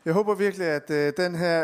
Jeg håber virkelig, at den her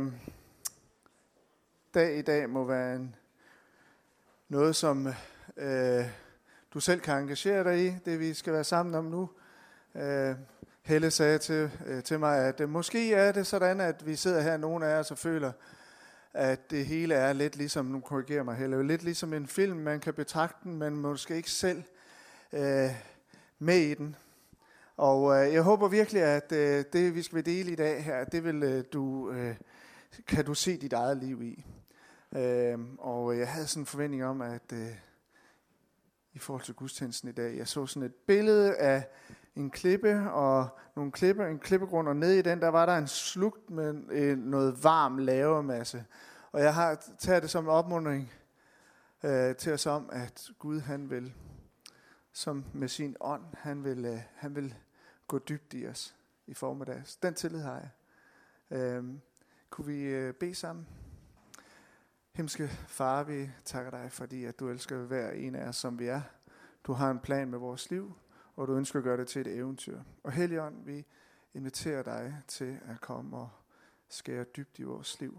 dag i dag må være noget, som du selv kan engagere dig i, det vi skal være sammen om nu. Helle sagde til mig, at måske er det sådan, at vi sidder her, nogle af os, og føler, at det hele er lidt ligesom, nu korrigerer mig Helle, lidt ligesom en film, man kan betragte den, men måske ikke selv med i den. Og jeg håber virkelig, at det vi skal dele i dag her, det vil kan du se dit eget liv i. Og jeg havde sådan en forventning om, at i forhold til gudstjenesten i dag, jeg så sådan et billede af en klippe og en klippegrund, og nede i den, der var der en slugt med noget varm lavemasse. Og jeg har taget det som en opmuntring til os om, at Gud han vil, som med sin ånd, han vil gå dybt i os i formiddag. Den tillid har jeg. Kunne vi bede sammen? Himmelske Far, vi takker dig, fordi at du elsker hver en af os, som vi er. Du har en plan med vores liv, og du ønsker at gøre det til et eventyr. Og Helligånd, vi inviterer dig til at komme og skære dybt i vores liv.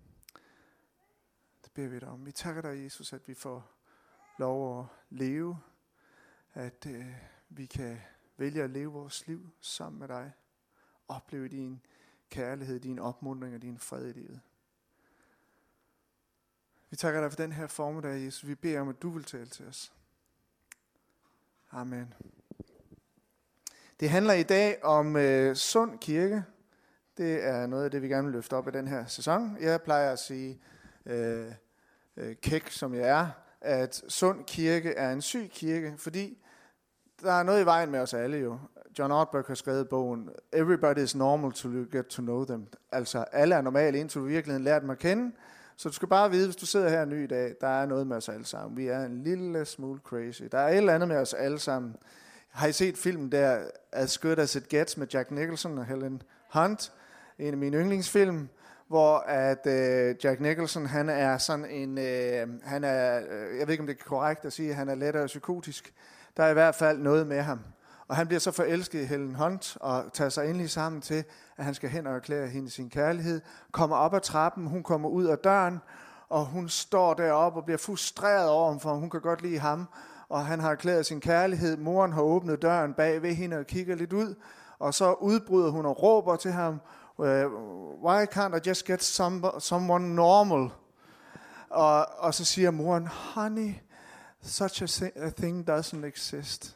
Det beder vi dig om. Vi takker dig, Jesus, at vi får lov at leve, at vi kan vælge at leve vores liv sammen med dig, opleve din kærlighed, din opmuntring og din fred i livet. Vi takker dig for den her formiddag, Jesus. Vi beder om, at du vil tale til os. Amen. Det handler i dag om Sund Kirke. Det er noget af det, vi gerne vil løfte op i den her sæson. Jeg plejer at sige, kæk som jeg er, at Sund Kirke er en syg kirke, fordi der er noget i vejen med os alle jo. John Ortberg har skrevet bogen Everybody is normal till you get to know them. Altså alle er normale, indtil du virkelig lærer dem at kende. Så du skal bare vide, hvis du sidder her ny i dag, der er noget med os alle sammen. Vi er en lille smule crazy. Der er et eller andet med os alle sammen. Har I set filmen der, As Good As It Gets, med Jack Nicholson og Helen Hunt? En af mine yndlingsfilm, hvor at Jack Nicholson, han er sådan en, jeg ved ikke om det er korrekt at sige, at han er lettere psykotisk. Der er i hvert fald noget med ham. Og han bliver så forelsket i Helen Hunt og tager sig endelig sammen til, at han skal hen og erklære hende sin kærlighed. Kommer op ad trappen, hun kommer ud af døren, og hun står deroppe og bliver frustreret over ham, for hun kan godt lide ham. Og han har erklæret sin kærlighed. Moren har åbnet døren bag ved hende og kigger lidt ud. Og så udbryder hun og råber til ham, Why can't I just get someone normal? Og så siger moren, honey, such a thing doesn't exist.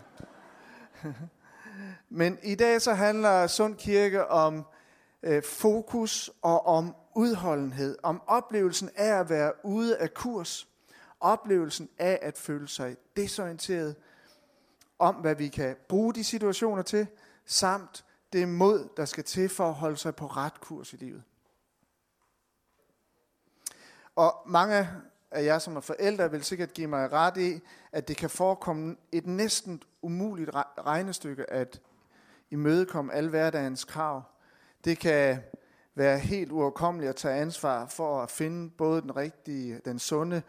Men i dag så handler Sund Kirke om fokus og om udholdenhed, om oplevelsen af at være ude af kurs, oplevelsen af at føle sig desorienteret, om hvad vi kan bruge de situationer til, samt det mod, der skal til for at holde sig på ret kurs i livet. Og mange af jer som er forældre vil sikkert give mig ret i, at det kan forekomme et næsten umuligt regnestykke at imødekomme alle hverdagens krav. Det kan være helt uoverkommeligt at tage ansvar for at finde både den rigtige, den sunde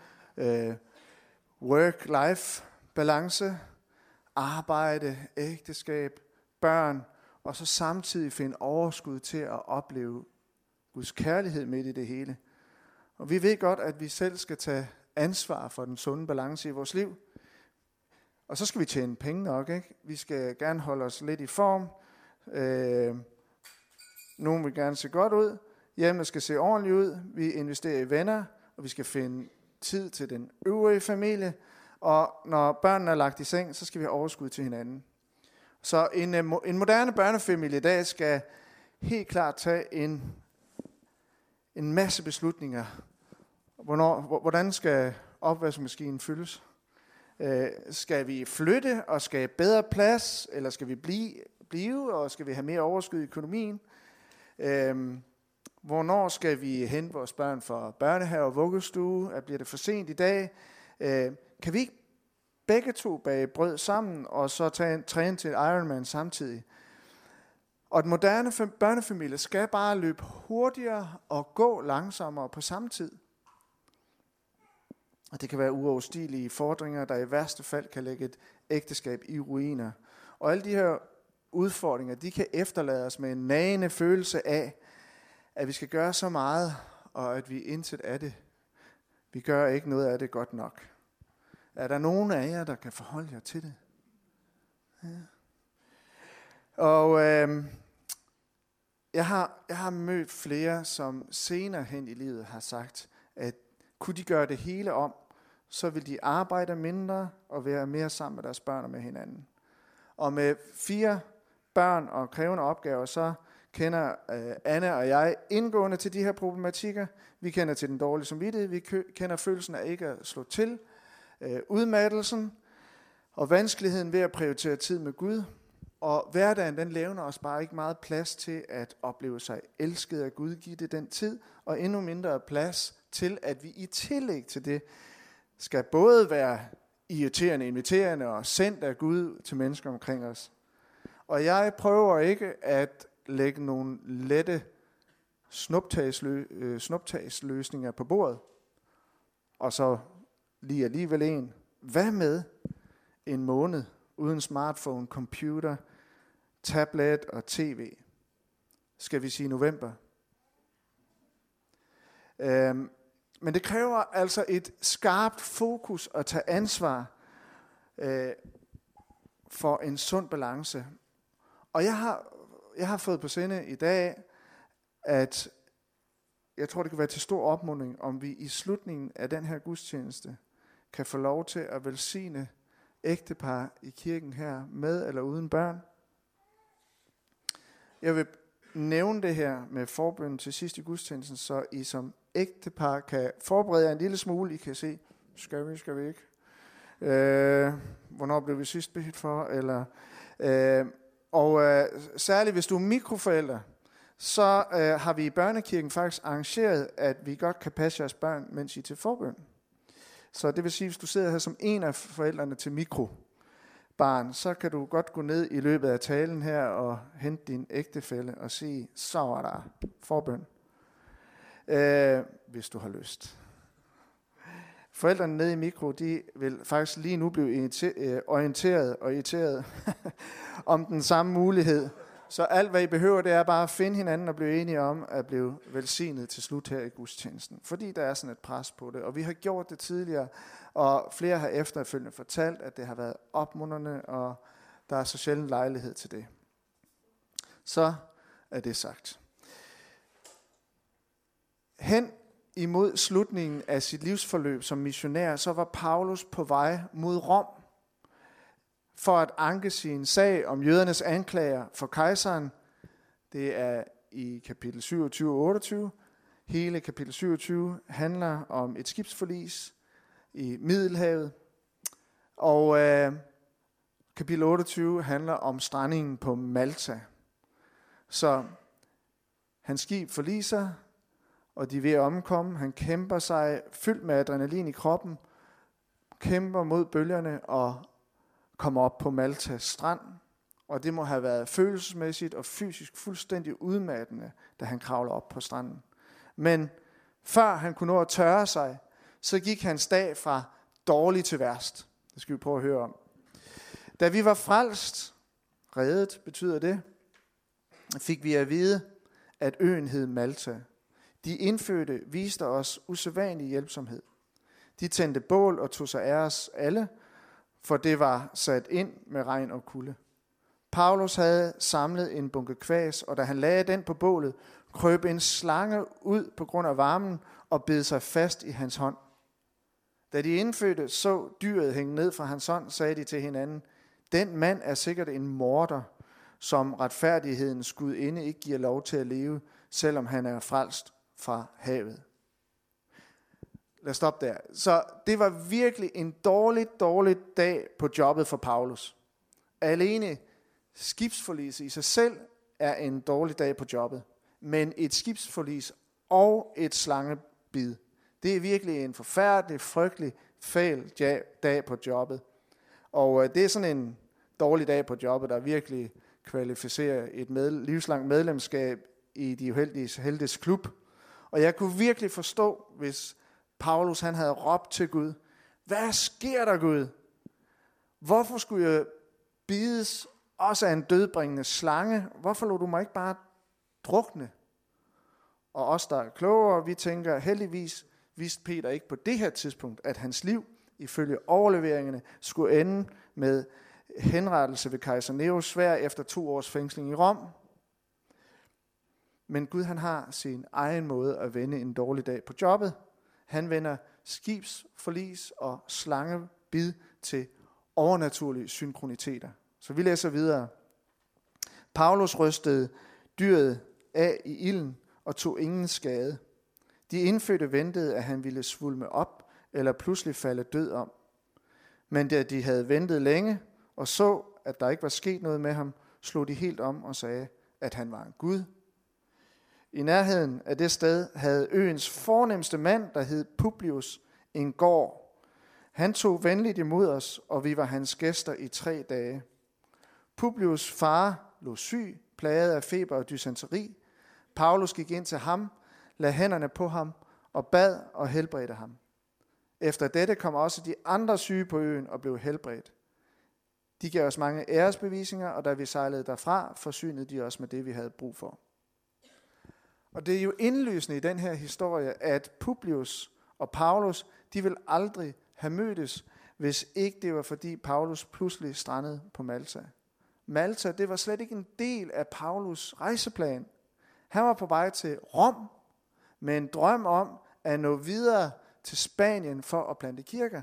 work-life balance, arbejde, ægteskab, børn, og så samtidig finde overskud til at opleve Guds kærlighed midt i det hele. Og vi ved godt, at vi selv skal tage ansvar for den sunde balance i vores liv. Og så skal vi tjene penge nok, ikke? Vi skal gerne holde os lidt i form. Nogle vil gerne se godt ud. Hjemmet skal se ordentligt ud. Vi investerer i venner, og vi skal finde tid til den øvrige familie. Og når børnene er lagt i seng, så skal vi have overskud til hinanden. Så en moderne børnefamilie i dag skal helt klart tage en masse beslutninger. Hvordan skal opvaskemaskinen fyldes? Skal vi flytte og skabe bedre plads, eller skal vi blive, og skal vi have mere overskud i økonomien? Hvornår skal vi hente vores børn fra børnehave og vuggestue? Bliver det for sent i dag? Kan vi ikke begge to bage brød sammen, og så træne til Ironman samtidig? Og den moderne børnefamilie skal bare løbe hurtigere og gå langsommere på samme tid. Og det kan være uoverstigelige fordringer, der i værste fald kan lægge et ægteskab i ruiner. Og alle de her udfordringer, de kan efterlade os med en nagende følelse af, at vi skal gøre så meget, og at vi intet af det. Vi gør ikke noget af det godt nok. Er der nogen af jer, der kan forholde jer til det? Ja. Og jeg har mødt flere, som senere hen i livet har sagt, at kunne de gøre det hele om, så vil de arbejde mindre og være mere sammen med deres børn og med hinanden. Og med 4 børn og krævende opgaver, så kender Anne og jeg indgående til de her problematikker. Vi kender til den dårlige samvittighed, vi kender følelsen af ikke at slå til, udmattelsen og vanskeligheden ved at prioritere tid med Gud. Og hverdagen, den levner os bare ikke meget plads til at opleve sig elsket af Gud, give det den tid, og endnu mindre plads til, at vi i tillæg til det, skal både være irriterende, inviterende og sendt af Gud til mennesker omkring os. Og jeg prøver ikke at lægge nogle lette snuptagsløsninger på bordet, og så lige alligevel en. Hvad med en måned uden smartphone, computer, tablet og tv? Skal vi sige november? Men det kræver altså et skarpt fokus at tage ansvar for en sund balance. Og jeg har fået på sinde i dag, at jeg tror, det kan være til stor opmuntring, om vi i slutningen af den her gudstjeneste kan få lov til at velsigne ægtepar i kirken her, med eller uden børn. Jeg vil nævne det her med forbønnen til sidst i gudstjenesten, så I som ægtepar kan forberede jer en lille smule. I kan se, skal vi ikke? Hvornår blev vi sidst bedt for? Eller, særligt hvis du er mikroforældre, så har vi i børnekirken faktisk arrangeret, at vi godt kan passe jeres børn, mens I er til forbøn. Så det vil sige, hvis du sidder her som en af forældrene til mikrobarn, så kan du godt gå ned i løbet af talen her og hente din ægtefælle og sige, så er der forbøn. Hvis du har lyst. Forældrene nede i mikro, de vil faktisk lige nu blive orienteret og irriteret om den samme mulighed. Så alt hvad I behøver, det er bare at finde hinanden og blive enige om at blive velsignet til slut her i gudstjenesten. Fordi der er sådan et pres på det. Og vi har gjort det tidligere, og flere har efterfølgende fortalt, at det har været opmuntrende, og der er så sjældent lejlighed til det. Så er det sagt. Hen imod slutningen af sit livsforløb som missionær, så var Paulus på vej mod Rom for at anke sin sag om jødernes anklager for kejseren. Det er i kapitel 27 og 28. Hele kapitel 27 handler om et skibsforlis i Middelhavet. Og kapitel 28 handler om strandingen på Malta. Så hans skib forliser, og de er ved at omkomme. Han kæmper sig fyldt med adrenalin i kroppen, kæmper mod bølgerne og kommer op på Maltas strand. Og det må have været følelsesmæssigt og fysisk fuldstændig udmattende, da han kravler op på stranden. Men før han kunne nå at tørre sig, så gik hans dag fra dårlig til værst. Det skal vi prøve at høre om. Da vi var frelst, reddet betyder det, fik vi at vide, at øen hed Malta. De indfødte viste os usædvanlig hjælpsomhed. De tændte bål og tog sig af os alle, for det var sat ind med regn og kulde. Paulus havde samlet en bunke kvas, og da han lagde den på bålet, krøb en slange ud på grund af varmen og bed sig fast i hans hånd. Da de indfødte så dyret hænge ned fra hans hånd, sagde de til hinanden, den mand er sikkert en morder, som retfærdighedens gudinde ikke giver lov til at leve, selvom han er frelst fra havet. Lad os stoppe der. Så det var virkelig en dårlig dag på jobbet for Paulus. Alene skibsforlis i sig selv er en dårlig dag på jobbet. Men et skibsforlis og et slangebid, det er virkelig en forfærdelig, frygtelig, fæl dag på jobbet. Og det er sådan en dårlig dag på jobbet, der virkelig kvalificerer et livslangt medlemskab i de uheldige heltes klub. Og jeg kunne virkelig forstå, hvis Paulus han havde råbt til Gud, hvad sker der, Gud? Hvorfor skulle jeg bides også er en dødbringende slange. Hvorfor lod du mig ikke bare drukne? Og os, der er klogere, vi tænker, heldigvis vidste Peter ikke på det her tidspunkt, at hans liv, ifølge overleveringerne, skulle ende med henrettelse ved kejser Neros sværd efter 2 års fængsling i Rom. Men Gud, han har sin egen måde at vende en dårlig dag på jobbet. Han vender skibsforlis og slangebid til overnaturlige synkroniteter. Så vi læser videre. Paulus rystede dyret af i ilden og tog ingen skade. De indfødte ventede, at han ville svulme op eller pludselig falde død om. Men da de havde ventet længe og så, at der ikke var sket noget med ham, slog de helt om og sagde, at han var en gud. I nærheden af det sted havde øens fornemste mand, der hed Publius, en gård. Han tog venligt imod os, og vi var hans gæster i 3 dage. Publius' far lå syg, plaget af feber og dysenteri. Paulus gik ind til ham, lagde hænderne på ham og bad og helbredte ham. Efter dette kom også de andre syge på øen og blev helbredt. De gav os mange æresbevisninger, og da vi sejlede derfra, forsynede de os med det, vi havde brug for. Og det er jo indlysende i den her historie, at Publius og Paulus, de vil aldrig have mødtes, hvis ikke det var fordi Paulus pludselig strandede på Malta. Malta, det var slet ikke en del af Paulus' rejseplan. Han var på vej til Rom med en drøm om at nå videre til Spanien for at plante kirker.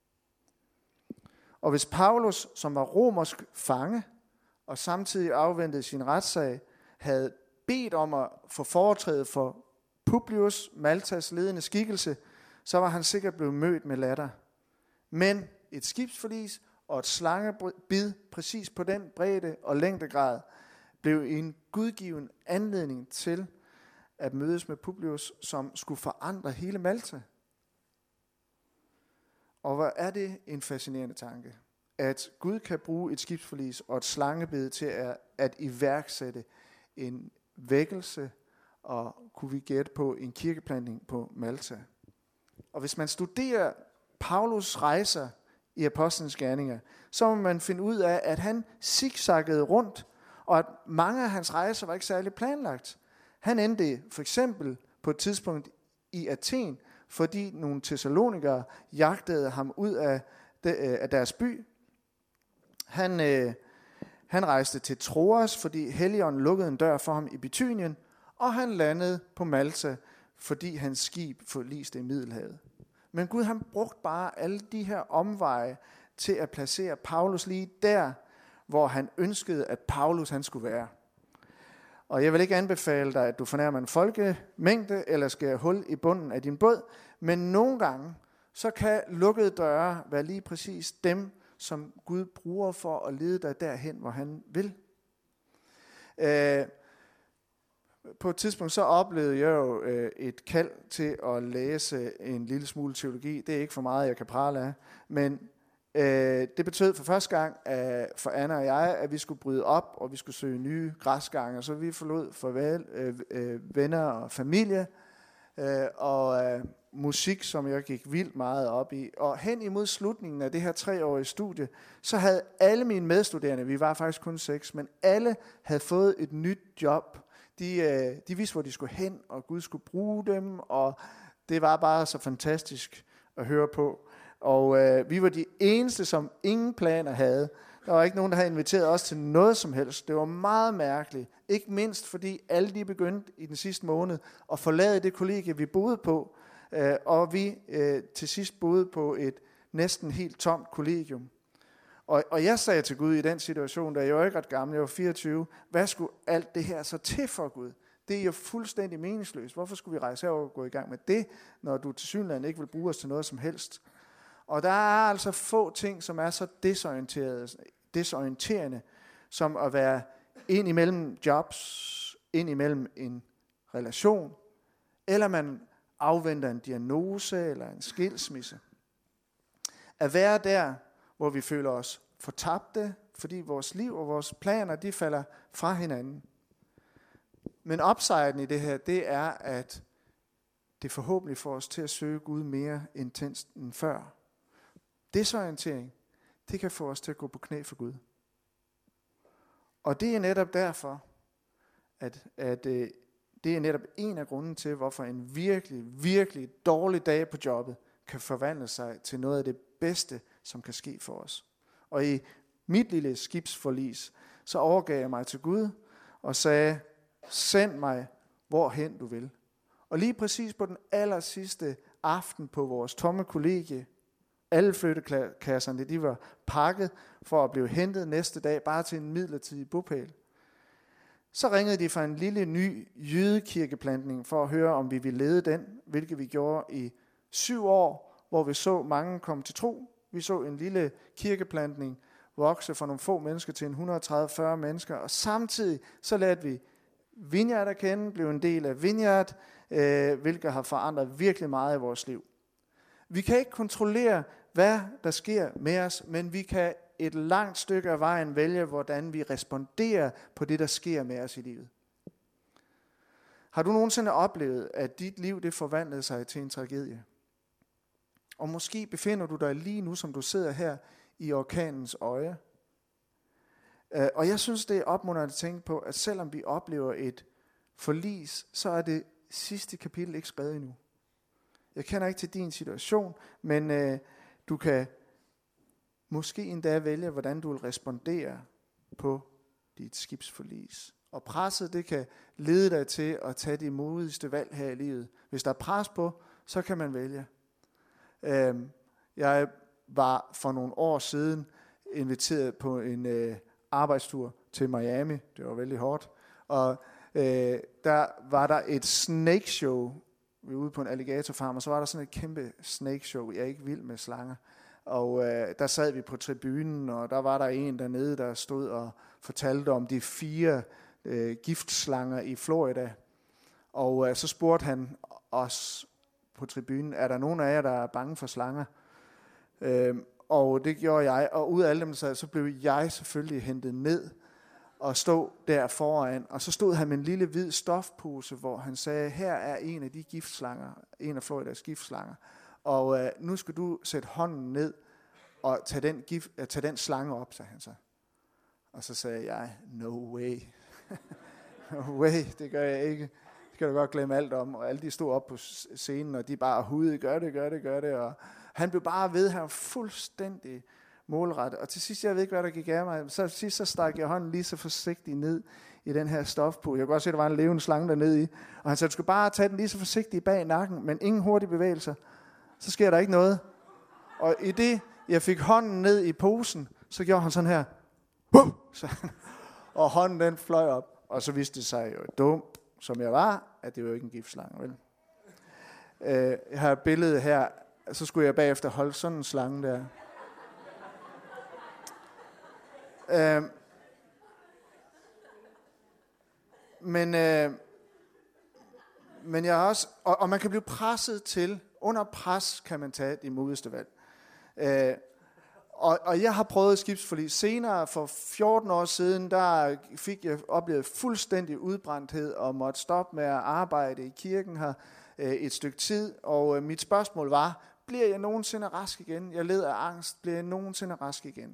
Og hvis Paulus, som var romersk fange og samtidig afventede sin retssag, havde bedt om at få foretræde for Publius, Maltas ledende skikkelse, så var han sikkert blevet mødt med latter. Men et skibsforlis og et slangebid præcis på den bredde og længdegrad blev en gudgiven anledning til at mødes med Publius, som skulle forandre hele Malta. Og hvor er det en fascinerende tanke, at Gud kan bruge et skibsforlis og et slangebid til at iværksætte en vækkelse, og kunne vi gætte på en kirkeplantning på Malta. Og hvis man studerer Paulus' rejser i Apostlenes Gerninger, så må man finde ud af, at han zigzaggede rundt, og at mange af hans rejser var ikke særlig planlagt. Han endte for eksempel på et tidspunkt i Athen, fordi nogle thessalonikere jagtede ham ud af deres by. Han rejste til Troas, fordi Helligånden lukkede en dør for ham i Bithynien, og han landede på Malta, fordi hans skib forliste i Middelhavet. Men Gud, han brugte bare alle de her omveje til at placere Paulus lige der, hvor han ønskede, at Paulus han skulle være. Og jeg vil ikke anbefale dig, at du fornærmer en folkemængde, eller skærer hul i bunden af din båd, men nogle gange, så kan lukkede døre være lige præcis dem, som Gud bruger for at lede dig derhen, hvor han vil. På et tidspunkt så oplevede jeg jo et kald til at læse en lille smule teologi. Det er ikke for meget, jeg kan prale af, men det betød for første gang for Anna og jeg, at vi skulle bryde op, og vi skulle søge nye græsgange. Så vi forlod farvel, venner og familie, og musik, som jeg gik vildt meget op i. Og hen imod slutningen af det her 3-årige studie, så havde alle mine medstuderende, vi var faktisk kun 6, men alle havde fået et nyt job. De vidste, hvor de skulle hen, og Gud skulle bruge dem, og det var bare så fantastisk at høre på. Og vi var de eneste, som ingen planer havde. Der var ikke nogen, der havde inviteret os til noget som helst. Det var meget mærkeligt. Ikke mindst, fordi alle de begyndte i den sidste måned at forlade det kollegie, vi boede på. Og vi til sidst boede på et næsten helt tomt kollegium. Og jeg sagde til Gud i den situation, da jeg var ikke ret gammel, jeg var 24, hvad skulle alt det her så til for Gud? Det er jo fuldstændig meningsløst. Hvorfor skulle vi rejse herover og gå i gang med det, når du tilsyneladende ikke vil bruge os til noget som helst? Og der er altså få ting, som er så desorienterende, som at være ind imellem jobs, ind imellem en relation, eller man afventer en diagnose eller en skilsmisse. At være der, hvor vi føler os fortabte, fordi vores liv og vores planer, de falder fra hinanden. Men upsiden i det her, det er, at det forhåbentlig får os til at søge Gud mere intenst end før. Desorientering, det kan få os til at gå på knæ for Gud. Og det er netop derfor, at det er netop en af grunden til, hvorfor en virkelig, virkelig dårlig dag på jobbet kan forvandle sig til noget af det bedste, som kan ske for os. Og i mit lille skibsforlis, så overgav jeg mig til Gud og sagde, send mig hvorhen du vil. Og lige præcis på den aller sidste aften på vores tomme kollegie, alle flyttekasserne, de var pakket for at blive hentet næste dag, bare til en midlertidig bopæl. Så ringede de fra en lille ny jødekirkeplantning for at høre, om vi ville lede den, hvilket vi gjorde i 7 år, hvor vi så mange komme til tro. Vi så en lille kirkeplantning vokse fra nogle få mennesker til 130-40 mennesker, og samtidig så lærte vi Vineyard at kende, blev en del af Vineyard, hvilket har forandret virkelig meget i vores liv. Vi kan ikke kontrollere, hvad der sker med os, men vi kan et langt stykke af vejen vælge, hvordan vi responderer på det, der sker med os i livet. Har du nogensinde oplevet, at dit liv det forvandlede sig til en tragedie? Og måske befinder du dig lige nu, som du sidder her i orkanens øje. Og jeg synes, det er opmuntrende at tænke på, at selvom vi oplever et forlis, så er det sidste kapitel ikke skrevet endnu. Jeg kender ikke til din situation, men du kan måske endda vælge, hvordan du vil respondere på dit skibsforlis. Og presset, det kan lede dig til at tage de modigste valg her i livet. Hvis der er pres på, så kan man vælge. Jeg var for nogle år siden inviteret på en arbejdstur til Miami. Det var vældig hårdt. Og der var der et snake show. Vi var ude på en alligatorfarm, og så var der sådan et kæmpe snake show. Jeg er ikke vild med slanger. Og der sad vi på tribunen, og der var der en dernede, der stod og fortalte om de 4 giftslanger i Florida. Og så spurgte han os på tribunen, er der nogen af jer, der er bange for slanger? Og det gjorde jeg, og ud af alle dem, så blev jeg selvfølgelig hentet ned og stod der foran. Og så stod han med en lille hvid stofpose, hvor han sagde, her er en af de giftslanger, en af Floridas giftslanger. Og nu skal du sætte hånden ned og tage den slange op, sagde han så. Og så sagde jeg, no way. No way, det gør jeg ikke. Det kan du godt glemme alt om. Og alle de stod op på scenen, og de bare hudede, gør det. Og han blev bare ved, han var fuldstændig målrettet. Og til sidst, jeg ved ikke, hvad der gik af mig, så sidst så stak jeg hånden lige så forsigtigt ned i den her stofpose. Jeg kunne godt se, at der var en levende slange dernede i. Og han sagde, du skal bare tage den lige så forsigtigt bag nakken, men ingen hurtige bevægelser. Så sker der ikke noget. Og i det, jeg fik hånden ned i posen, så gjorde han sådan her. Og hånden den fløj op. Og så viste det sig jo dum, som jeg var, at det var jo ikke en giftslange, vel? Jeg har et billede her, så skulle jeg bagefter holde sådan en slange der. Men jeg har også, og man kan blive presset til, under pres kan man tage de modigste valg. Og jeg har prøvet skibsforlis. Senere, for 14 år siden, der fik jeg oplevet fuldstændig udbrændthed og måtte stoppe med at arbejde i kirken her et stykke tid. Og mit spørgsmål var, bliver jeg nogensinde rask igen? Jeg led af angst. Bliver jeg nogensinde rask igen?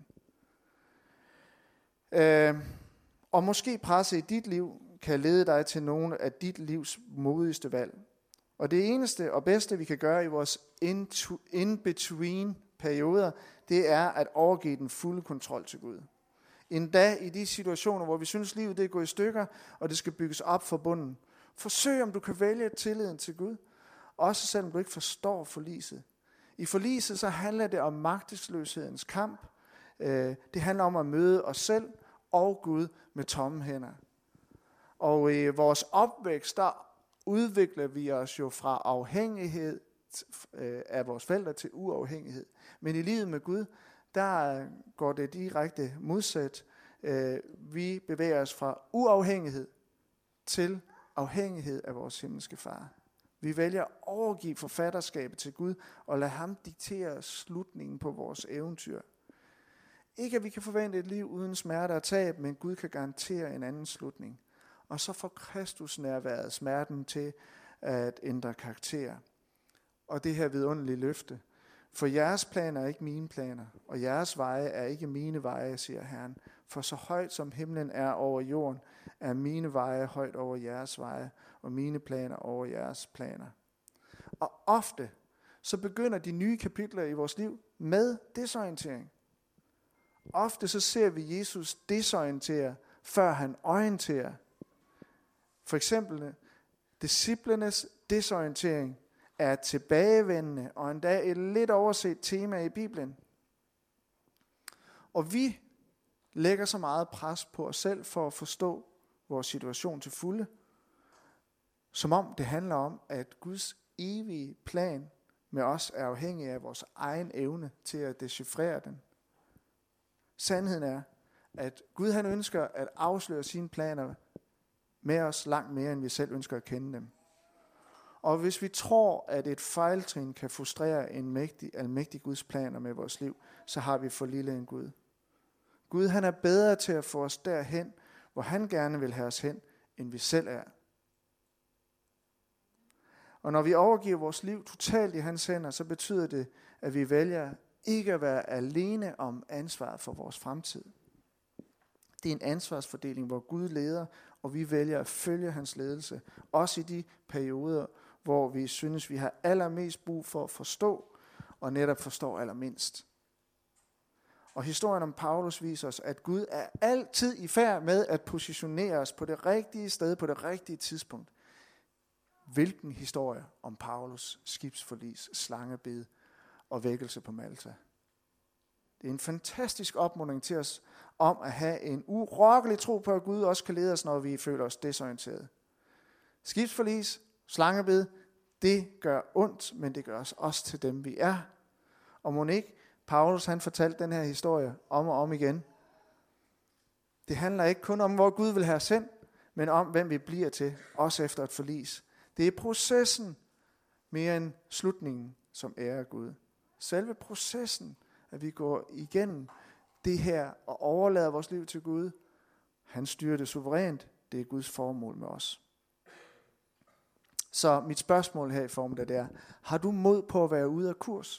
Og måske presset i dit liv kan lede dig til nogle af dit livs modigste valg. Og det eneste og bedste, vi kan gøre i vores in-between perioder, det er at overgive den fulde kontrol til Gud. Endda i de situationer, hvor vi synes, livet det er gået i stykker, og det skal bygges op fra bunden. Forsøg, om du kan vælge tilliden til Gud, også selvom du ikke forstår forliset. I forliset så handler det om magtesløshedens kamp. Det handler om at møde os selv og Gud med tomme hænder. Og i vores opvækst, der udvikler vi os jo fra afhængighed af vores forældre til uafhængighed. Men i livet med Gud, der går det direkte modsat. Vi bevæger os fra uafhængighed til afhængighed af vores himmelske far. Vi vælger at overgive forfatterskabet til Gud og lade ham diktere slutningen på vores eventyr. Ikke at vi kan forvente et liv uden smerte og tab, men Gud kan garantere en anden slutning. Og så får Kristus nærværet smerten til at ændre karakter. Og det her vidunderlige løfte. For jeres planer er ikke mine planer, og jeres veje er ikke mine veje, siger Herren. For så højt som himlen er over jorden, er mine veje højt over jeres veje, og mine planer over jeres planer. Og ofte så begynder de nye kapitler i vores liv med desorientering. Ofte så ser vi Jesus desorientere, før han orienterer. For eksempel, disciplenes desorientering er et tilbagevendende og endda et lidt overset tema i Bibelen. Og vi lægger så meget pres på os selv for at forstå vores situation til fulde, som om det handler om, at Guds evige plan med os er afhængig af vores egen evne til at decifrere den. Sandheden er, at Gud han ønsker at afsløre sine planer med os langt mere, end vi selv ønsker at kende dem. Og hvis vi tror, at et fejltrin kan frustrere en almægtig Guds planer med vores liv, så har vi for lille en Gud. Gud han er bedre til at få os derhen, hvor han gerne vil have os hen, end vi selv er. Og når vi overgiver vores liv totalt i hans hænder, så betyder det, at vi vælger ikke at være alene om ansvaret for vores fremtid. Det er en ansvarsfordeling, hvor Gud leder, og vi vælger at følge hans ledelse. Også i de perioder, hvor vi synes, vi har allermest brug for at forstå, og netop forstår allermindst. Og historien om Paulus viser os, at Gud er altid i færd med at positionere os på det rigtige sted, på det rigtige tidspunkt. Hvilken historie om Paulus skibsforlis, slangebid og vækkelse på Malta. Det er en fantastisk opmuntring til os om at have en urokkelig tro på, at Gud også kan lede os, når vi føler os desorienteret. Skibsforlis, slangebid, det gør ondt, men det gør os også til dem, vi er. Og mon ikke, Paulus han fortalte den her historie om og om igen. Det handler ikke kun om, hvor Gud vil have os hen, men om, hvem vi bliver til, også efter et forlis. Det er processen mere end slutningen, som ærer Gud. Selve processen, at vi går igennem det her og overlader vores liv til Gud. Han styrer det suverænt. Det er Guds formål med os. Så mit spørgsmål her i formiddag det er, har du mod på at være ude af kurs?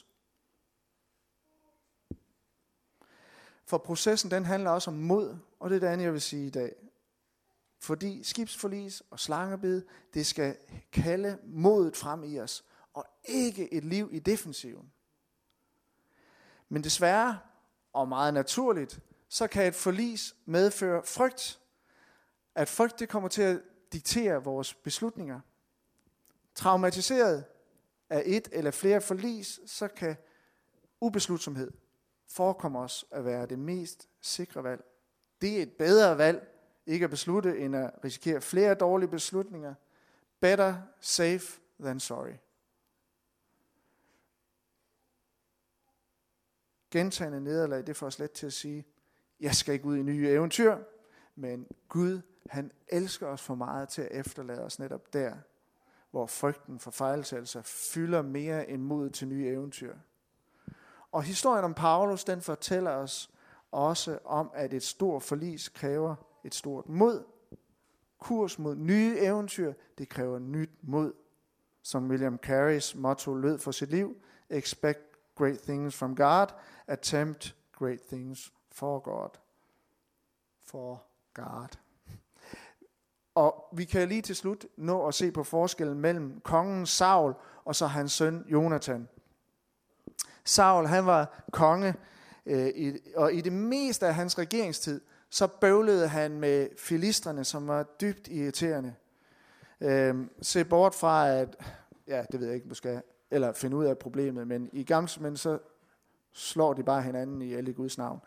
For processen den handler også om mod, og det er det andet, jeg vil sige i dag. Fordi skibsforlis og slangebid, det skal kalde modet frem i os, og ikke et liv i defensiven. Men desværre, og meget naturligt, så kan et forlis medføre frygt. At frygt det kommer til at diktere vores beslutninger. Traumatiseret af et eller flere forlis, så kan ubeslutsomhed forekomme os at være det mest sikre valg. Det er et bedre valg, ikke at beslutte, end at risikere flere dårlige beslutninger. Better safe than sorry. Gentagne nederlag, det får os let til at sige, jeg skal ikke ud i nye eventyr, men Gud, han elsker os for meget til at efterlade os netop der, hvor frygten for fejltagelser fylder mere end mod til nye eventyr. Og historien om Paulus, den fortæller os også om, at et stort forlis kræver et stort mod. Kurs mod nye eventyr, det kræver nyt mod. Som William Carys motto lød for sit liv, expect great things from God, attempt great things for God. For God. Og vi kan lige til slut nå at se på forskellen mellem kongen Saul og så hans søn Jonathan. Saul, han var konge, og i det meste af hans regeringstid, så bøvlede han med filistrene, som var dybt irriterende. Se bort fra, at, ja, det ved jeg ikke, måske, eller finde ud af problemet, men i gamle så slår de bare hinanden ihjel i Guds navn.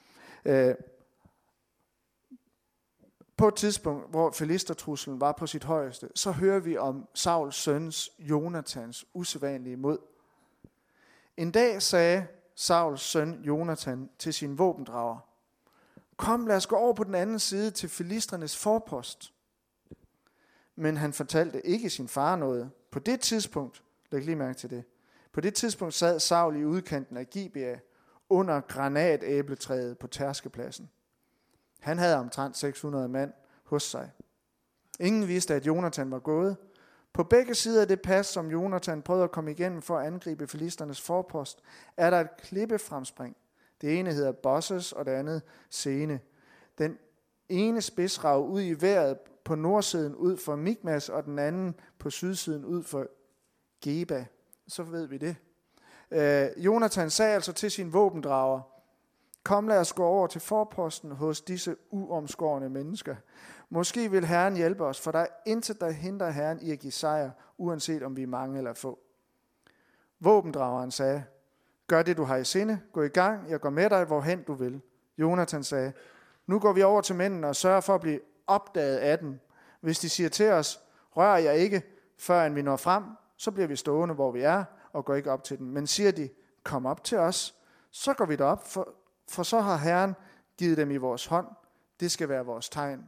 På et tidspunkt, hvor filistertruslen var på sit højeste, så hører vi om Sauls søns Jonathans usædvanlige mod. En dag sagde Sauls søn Jonathan til sin våbendrager, kom, lad os gå over på den anden side til filistrenes forpost. Men han fortalte ikke sin far noget. På det tidspunkt, læg lige mærke til det, på det tidspunkt sad Saul i udkanten af Gibea under granatæbletræet på tærskepladsen. Han havde omtrent 600 mand hos sig. Ingen vidste, at Jonathan var gået. På begge sider af det pas, som Jonathan prøvede at komme igennem for at angribe filisternes forpost, er der et klippefremspring. Det ene hedder Bosses, og det andet Sene. den ene spidsrag ud i vejret på nordsiden ud for Mikmas, og den anden på sydsiden ud for Geba. Så ved vi det. Jonathan sagde altså til sin våbendrager, kom, lad os gå over til forposten hos disse uomskårne mennesker. Måske vil Herren hjælpe os, for der er intet, der hindrer Herren i at give sejr, uanset om vi er mange eller få. Våbendrageren sagde, gør det, du har i sinde. Gå i gang, jeg går med dig, hvorhen du vil. Jonathan sagde, nu går vi over til mændene og sørger for at blive opdaget af dem. Hvis de siger til os, rør jeg ikke, før vi når frem, så bliver vi stående, hvor vi er, og går ikke op til dem. Men siger de, kom op til os, så går vi derop, for så har Herren givet dem i vores hånd. Det skal være vores tegn.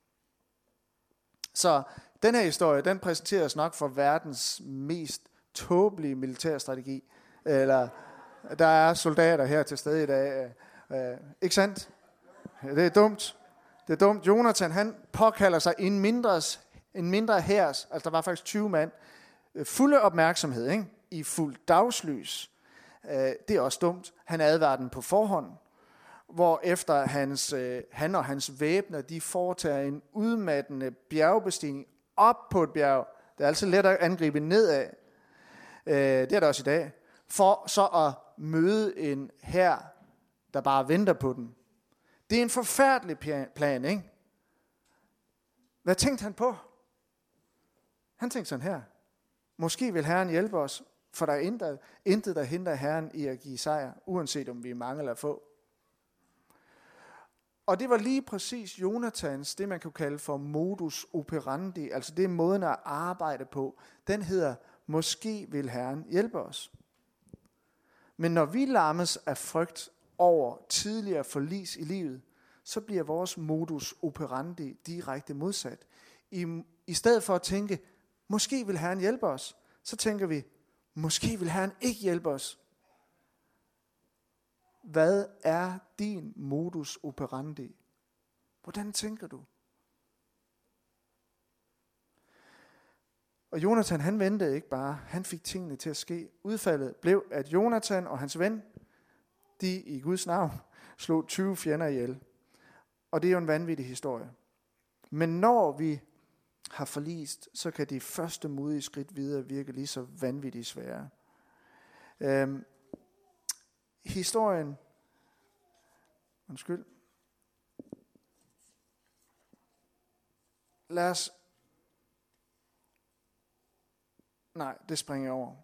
Så den her historie, den præsenteres nok for verdens mest tåbelige militærstrategi. Eller der er soldater her til stede i dag. Ikke sandt? Det er dumt. Det er dumt. Jonathan, han påkalder sig en mindre hærs, altså der var faktisk 20 mand, fulde opmærksomhed, ikke? I fuld dagslys. Det er også dumt. Han advarer den på forhånd, hvor efter han og hans væbner, de foretager en udmattende bjergbestigning op på et bjerg. Det er altså let at angribe nedad. Det er der også i dag. For så at møde en hær, der bare venter på dem. Det er en forfærdelig plan, ikke? Hvad tænkte han på? Han tænkte sådan her. Måske vil Herren hjælpe os, for der er intet, der hindrer Herren i at give sejr, uanset om vi er mange eller få. Og det var lige præcis Jonathans, det man kan kalde for modus operandi, altså det er måden at arbejde på. Den hedder, måske vil Herren hjælpe os. Men når vi lammes af frygt over tidligere forlis i livet, så bliver vores modus operandi direkte modsat. I stedet for at tænke, måske vil Herren hjælpe os, så tænker vi, måske vil Herren ikke hjælpe os. Hvad er din modus operandi? Hvordan tænker du? Og Jonathan, han ventede ikke bare, han fik tingene til at ske. Udfaldet blev, at Jonathan og hans ven, de i Guds navn, slog 20 fjender ihjel. Og det er jo en vanvittig historie. Men når vi har forlist, så kan de første modige skridt videre virke lige så vanvittigt svære. Historien, lad os, nej, det springer jeg over.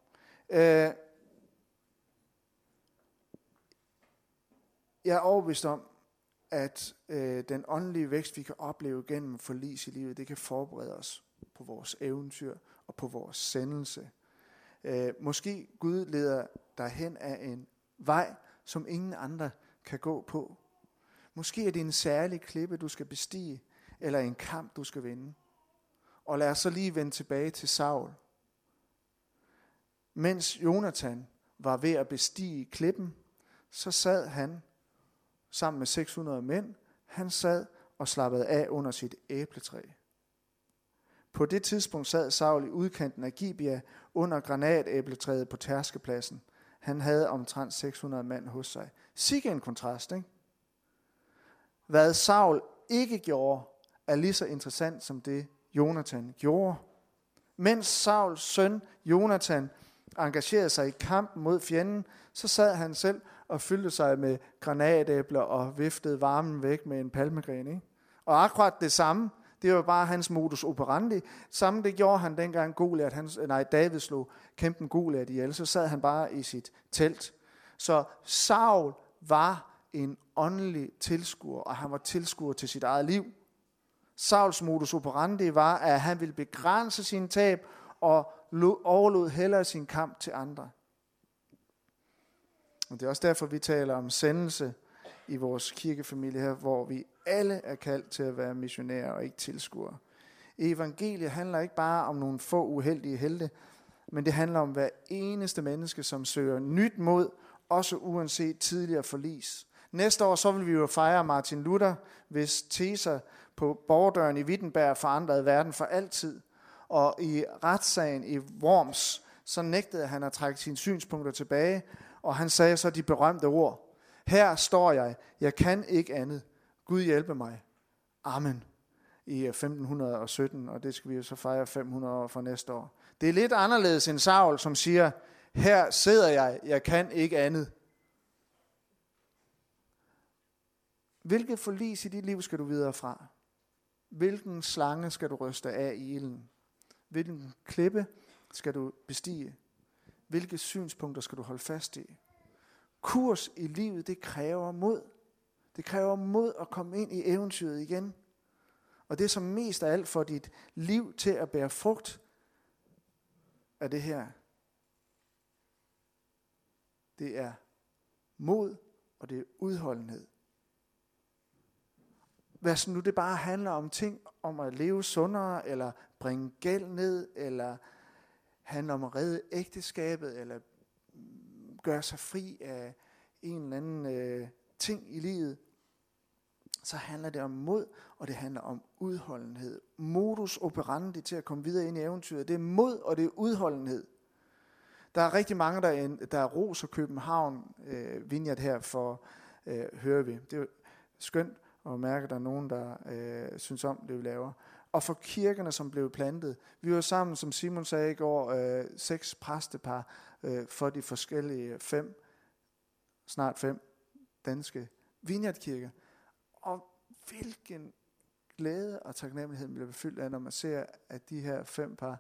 Jeg er overbevist om, at den åndelige vækst, vi kan opleve gennem forlis i livet, det kan forberede os på vores eventyr og på vores sendelse. Måske Gud leder dig hen af en vej, som ingen andre kan gå på. Måske er det en særlig klippe, du skal bestige, eller en kamp, du skal vinde. Og lad os så lige vende tilbage til Saul. Mens Jonathan var ved at bestige klippen, så sad han sammen med 600 mænd. Han sad og slappede af under sit æbletræ. På det tidspunkt sad Saul i udkanten af Gibea under granatæbletræet på tærskepladsen. Han havde omtrent 600 mand hos sig. Sikke en kontrast, ikke? Hvad Saul ikke gjorde, er lige så interessant som det Jonathan gjorde. Mens Sauls søn Jonathan engagerede sig i kampen mod fjenden, så sad han selv og fyldte sig med granatæbler og viftede varmen væk med en palmegren, ikke? Og akkurat det samme, det var bare hans modus operandi. Samme det gjorde han dengang David slog kæmpen Goliat ihjel, så sad han bare i sit telt. Så Saul var en åndelig tilskuer, og han var tilskuer til sit eget liv. Sauls modus operandi var, at han ville begrænse sin tab og overlod hellere sin kamp til andre. Og det er også derfor, vi taler om sendelse i vores kirkefamilie her, hvor vi alle er kaldt til at være missionærer og ikke tilskuere. Evangeliet handler ikke bare om nogle få uheldige helte, men det handler om hver eneste menneske, som søger nyt mod, også uanset tidligere forlis. Næste år så vil vi jo fejre Martin Luther, hvis teser på borgerdøren i Wittenberg forandrede verden for altid. Og i retssagen i Worms, så nægtede han at trække sine synspunkter tilbage, og han sagde så de berømte ord: her står jeg kan ikke andet. Gud hjælpe mig. Amen. I 1517, og det skal vi jo så fejre 500 år fra næste år. Det er lidt anderledes end Saul, som siger, her sidder jeg kan ikke andet. Hvilket forlis i dit liv skal du videre fra? Hvilken slange skal du ryste af i ilden? Hvilken klippe skal du bestige? Hvilke synspunkter skal du holde fast i? Kurs i livet, det kræver mod. Det kræver mod at komme ind i eventyret igen. Og det som mest af alt for dit liv til at bære frugt, er det her. Det er mod, og det er udholdenhed. Hvis nu det bare handler om ting, om at leve sundere, eller bringe gæld ned, eller handler om at redde ægteskabet, eller gøre sig fri af en eller anden ting i livet, så handler det om mod, og det handler om udholdenhed. Modus operandi til at komme videre ind i eventyret, det er mod, og det er udholdenhed. Der er rigtig mange, der roser København Vineyard her for, hører vi. Det er jo skønt at mærke, at der er nogen, der synes om det, vi laver. Og for kirkerne, som blev plantet. Vi var sammen, som Simon sagde i går, 6 præstepar for de forskellige 5 danske vineyardkirker. Og hvilken glæde og taknemmelighed bliver befyldt af, når man ser, at de her 5 par,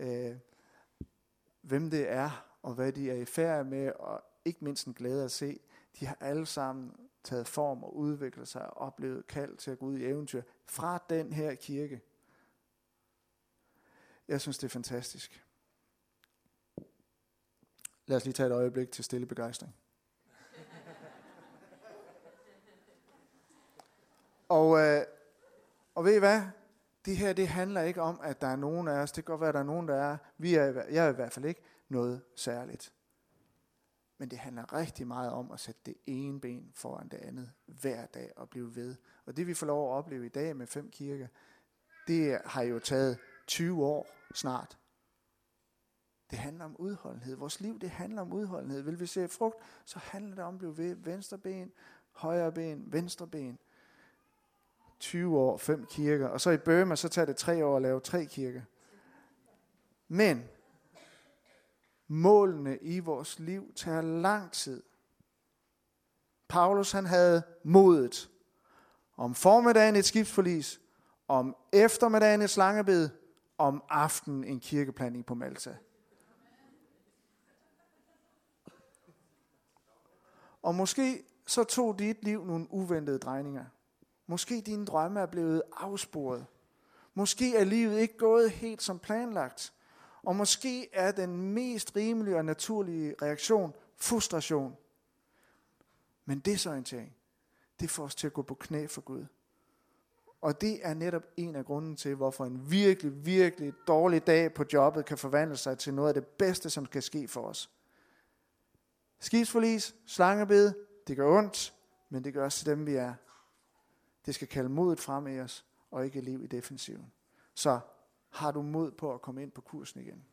hvem det er, og hvad de er i færd med, og ikke mindst en glæde at se, de har alle sammen taget form og udviklet sig og oplevet kald til at gå ud i eventyr fra den her kirke. Jeg synes, det er fantastisk. Lad os lige tage et øjeblik til stille begejstring. Og ved I hvad? Det her, det handler ikke om, at der er nogen af os. Det kan godt være, at der er nogen, der er. Jeg er i hvert fald ikke noget særligt. Men det handler rigtig meget om at sætte det ene ben foran det andet hver dag og blive ved. Og det vi får lov at opleve i dag med 5 kirker, det har jo taget 20 år snart. Det handler om udholdenhed. Vores liv, det handler om udholdenhed. Vil vi se frugt, så handler det om at blive ved. Venstre ben, højre ben, venstre ben. 20 år, 5 kirker. Og så i Burma, så tager det 3 år at lave 3 kirker. Men målene i vores liv tager lang tid. Paulus, han havde modet. Om formiddagen et skibsforlis, om eftermiddagen et slangebed, om aftenen en kirkeplanning på Malta. Og måske så tog dit liv nogle uventede drejninger. Måske dine drømme er blevet afsporet. Måske er livet ikke gået helt som planlagt. Og måske er den mest rimelige og naturlige reaktion frustration. Men desorientering, det får os til at gå på knæ for Gud. Og det er netop en af grunden til, hvorfor en virkelig, virkelig dårlig dag på jobbet kan forvandle sig til noget af det bedste, som kan ske for os. Skibsforlis, slangebed, det gør ondt, men det gør også til dem, vi er. Det skal kalde modet frem i os, og ikke liv i defensiven. Så har du mod på at komme ind på kursen igen?